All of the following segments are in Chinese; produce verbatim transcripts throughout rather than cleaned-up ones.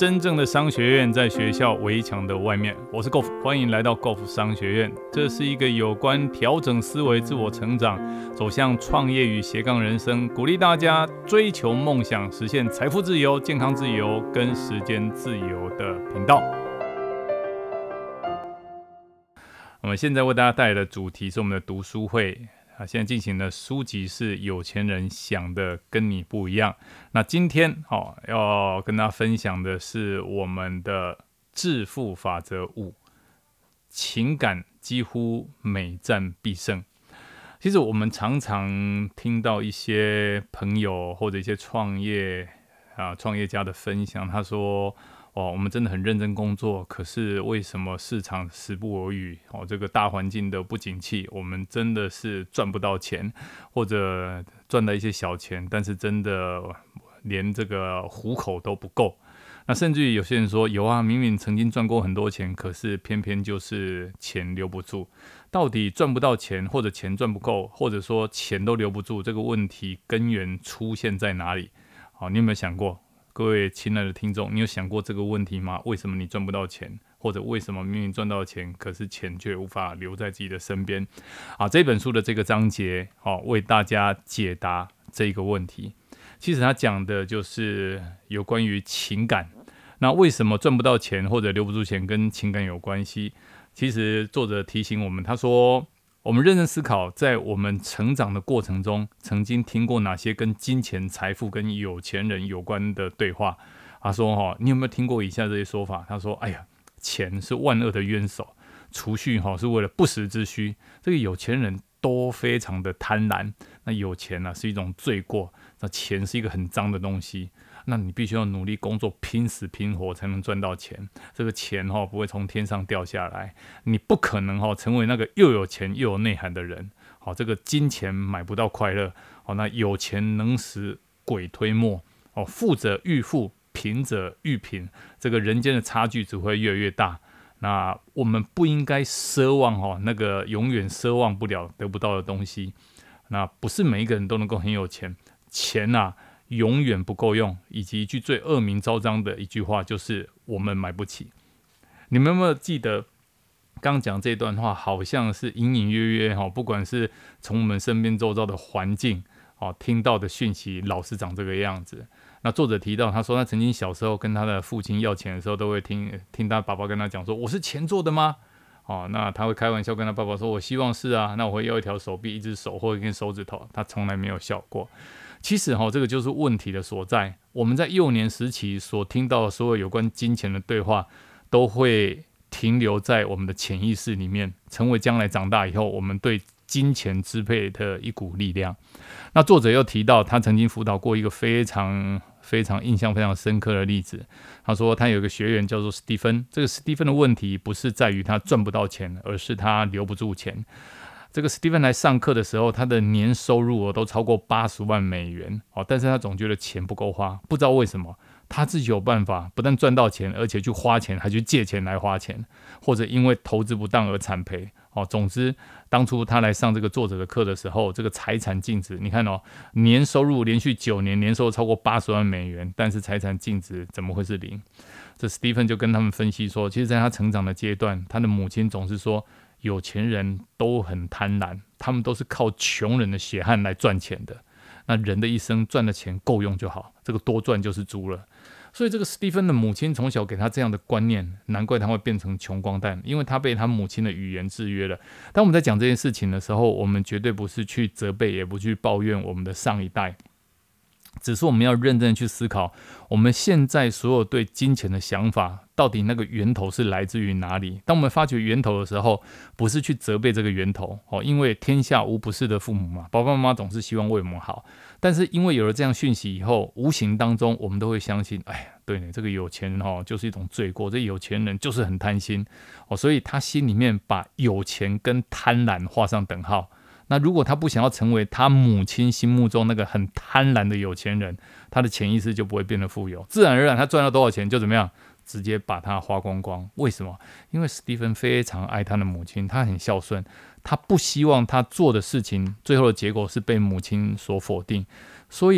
真正的商学院在学校围墙的外面。我是 Golf， 欢迎来到 Golf 商学院。这是一个有关调整思维、自我成长、走向创业与斜杠人生，鼓励大家追求梦想、实现财富自由、健康自由跟时间自由的频道。我们现在为大家带来的主题是我们的读书会。啊，现在进行的书籍是有钱人想的跟你不一样。那今天、哦、要跟大家分享的是我们的致富法则五，情感几乎每战必胜。其实我们常常听到一些朋友或者一些创业啊创业家的分享，他说哦，我们真的很认真工作，可是为什么市场时不我与？哦，这个大环境的不景气，我们真的是赚不到钱，或者赚到一些小钱，但是真的连这个糊口都不够。那甚至于有些人说，有啊，明明曾经赚过很多钱，可是偏偏就是钱留不住。到底赚不到钱，或者钱赚不够，或者说钱都留不住，这个问题根源出现在哪里？好，你有没有想过？各位亲爱的听众，你有想过这个问题吗？为什么你赚不到钱，或者为什么明明赚到钱，可是钱却无法留在自己的身边？啊，这本书的这个章节，哦，为大家解答这个问题。其实他讲的就是有关于情感。那为什么赚不到钱或者留不住钱跟情感有关系？其实作者提醒我们，他说，我们认真思考，在我们成长的过程中，曾经听过哪些跟金钱、财富跟有钱人有关的对话？他说：“哦，你有没有听过以下这些说法？”他说：“哎呀，钱是万恶的冤手，储蓄哈是为了不时之需。这个有钱人都非常的贪婪，那有钱啊是一种罪过，那钱是一个很脏的东西。”那你必须要努力工作，拼死拼活才能赚到钱。这个钱、哦、不会从天上掉下来，你不可能、哦、成为那个又有钱又有内涵的人。好，这个金钱买不到快乐。好，那有钱能使鬼推磨。哦，富者愈富，贫者愈贫，这个人间的差距只会越来越大。那我们不应该奢望、哦、那个永远奢望不了得不到的东西。那不是每一个人都能够很有钱，钱啊永远不够用，以及一句最恶名昭彰的一句话就是我们买不起。你们有没有记得刚刚讲这段话，好像是隐隐约约，不管是从我们身边周遭的环境听到的讯息，老是长这个样子。那作者提到，他说他曾经小时候跟他的父亲要钱的时候，都会听听他爸爸跟他讲说，我是钱做的吗？哦，那他会开玩笑跟他爸爸说，我希望是啊，那我会要一条手臂、一只手或一根手指头。他从来没有笑过。其实、哦、这个就是问题的所在。我们在幼年时期所听到的所有有关金钱的对话，都会停留在我们的潜意识里面，成为将来长大以后我们对金钱支配的一股力量。那作者又提到，他曾经辅导过一个非常非常印象非常深刻的例子。他说他有一个学员叫做史蒂芬，这个史蒂芬的问题不是在于他赚不到钱，而是他留不住钱。这个史蒂芬来上课的时候，他的年收入都超过八十万美元，但是他总觉得钱不够花，不知道为什么。他自己有办法，不但赚到钱，而且去花钱，还去借钱来花钱，或者因为投资不当而惨赔。总之，当初他来上这个作者的课的时候，这个财产净值，你看哦，年收入连续九年年收入超过八十万美元，但是财产净值怎么会是零？这史蒂芬就跟他们分析说，其实在他成长的阶段，他的母亲总是说，有钱人都很贪婪，他们都是靠穷人的血汗来赚钱的。那人的一生赚的钱够用就好，这个多赚就是猪了。所以这个史蒂芬的母亲从小给他这样的观念，难怪他会变成穷光蛋，因为他被他母亲的语言制约了。当我们在讲这件事情的时候，我们绝对不是去责备，也不去抱怨我们的上一代，只是我们要认真的去思考，我们现在所有对金钱的想法，到底那个源头是来自于哪里？当我们发觉源头的时候，不是去责备这个源头，因为天下无不是的父母嘛，爸爸妈妈总是希望为我们好。但是因为有了这样讯息以后，无形当中我们都会相信，哎呀，对呢，这个有钱人就是一种罪过，这有钱人就是很贪心，所以他心里面把有钱跟贪婪画上等号。那如果他不想要成为他母亲心目中那个很贪婪的有钱人，他的潜意识就不会变得富有，自然而然他赚到多少钱就怎么样，直接把它花光光。为什么？因为史蒂芬非常爱他的母亲，他很孝顺，他不希望他做的事情最后的结果是被母亲所否定，所以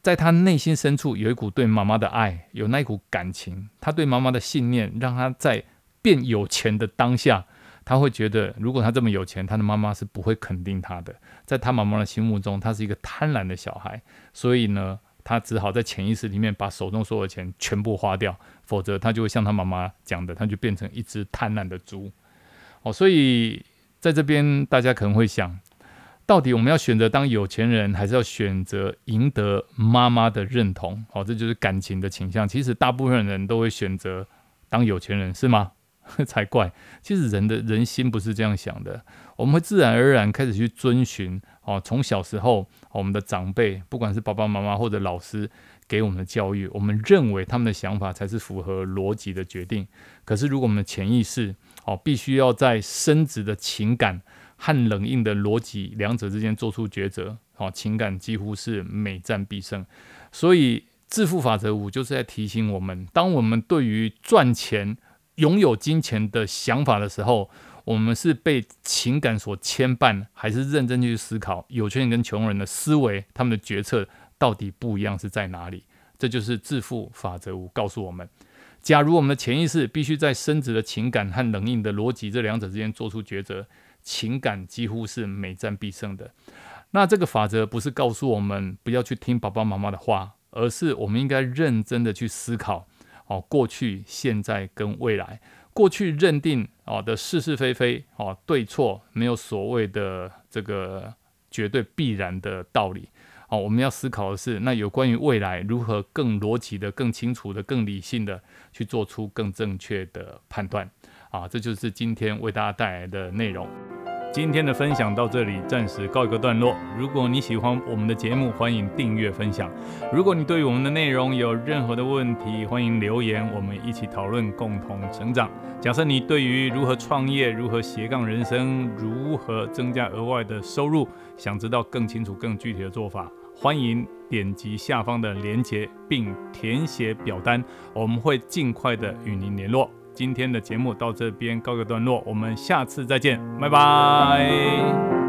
在他内心深处有一股对妈妈的爱，有那一股感情，他对妈妈的信念，让他在变有钱的当下，他会觉得如果他这么有钱，他的妈妈是不会肯定他的。在他妈妈的心目中，他是一个贪婪的小孩，所以呢，他只好在潜意识里面把手中所有的钱全部花掉，否则他就会像他妈妈讲的，他就变成一只贪婪的猪。哦，所以在这边大家可能会想，到底我们要选择当有钱人，还是要选择赢得妈妈的认同？哦，这就是感情的倾向。其实大部分人都会选择当有钱人，是吗？才怪！其实人的人心不是这样想的，我们会自然而然开始去遵循哦，从小时候我们的长辈，不管是爸爸妈妈或者老师给我们的教育，我们认为他们的想法才是符合逻辑的决定。可是如果我们的潜意识哦，必须要在深植的情感和冷硬的逻辑两者之间做出抉择，哦，情感几乎是每战必胜。所以致富法则五就是在提醒我们，当我们对于赚钱拥有金钱的想法的时候，我们是被情感所牵绊，还是认真去思考有钱人跟穷人的思维，他们的决策到底不一样是在哪里？这就是致富法则五告诉我们，假如我们的潜意识必须在深植的情感和冷硬的逻辑这两者之间做出抉择，情感几乎是每战必胜的。那这个法则不是告诉我们不要去听爸爸妈妈的话，而是我们应该认真的去思考哦，过去、现在跟未来，过去认定哦的是是非非哦对错，没有所谓的这个绝对必然的道理哦。我们要思考的是，那有关于未来如何更逻辑的、更清楚的、更理性的去做出更正确的判断啊。这就是今天为大家带来的内容。今天的分享到这里，暂时告一个段落。如果你喜欢我们的节目，欢迎订阅分享。如果你对于我们的内容有任何的问题，欢迎留言，我们一起讨论，共同成长。假设你对于如何创业、如何斜杠人生、如何增加额外的收入，想知道更清楚、更具体的做法，欢迎点击下方的连结，并填写表单，我们会尽快的与您联络。今天的节目到这边告个段落，我们下次再见，拜拜。